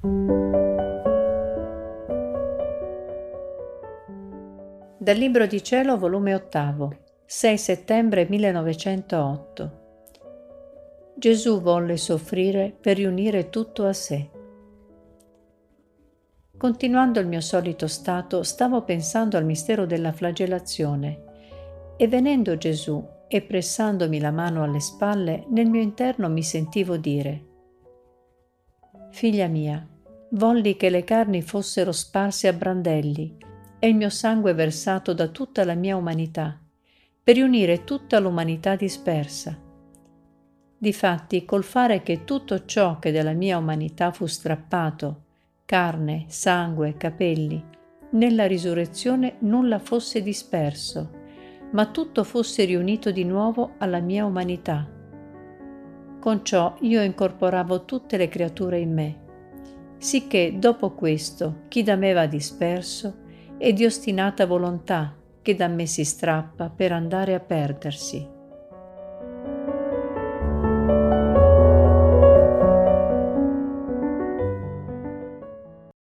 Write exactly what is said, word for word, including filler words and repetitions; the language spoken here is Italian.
Dal Libro di Cielo, volume ottavo, sei settembre millenovecentootto. Gesù volle soffrire per riunire tutto a sé. Continuando il mio solito stato, stavo pensando al mistero della flagellazione e venendo Gesù e pressandomi la mano alle spalle, nel mio interno mi sentivo dire: «Figlia mia, volli che le carni fossero sparse a brandelli e il mio sangue versato da tutta la mia umanità, per riunire tutta l'umanità dispersa. Difatti, col fare che tutto ciò che della mia umanità fu strappato, carne, sangue, capelli, nella risurrezione nulla fosse disperso, ma tutto fosse riunito di nuovo alla mia umanità. Con ciò io incorporavo tutte le creature in me, sicché dopo questo chi da me va disperso è di ostinata volontà che da me si strappa per andare a perdersi.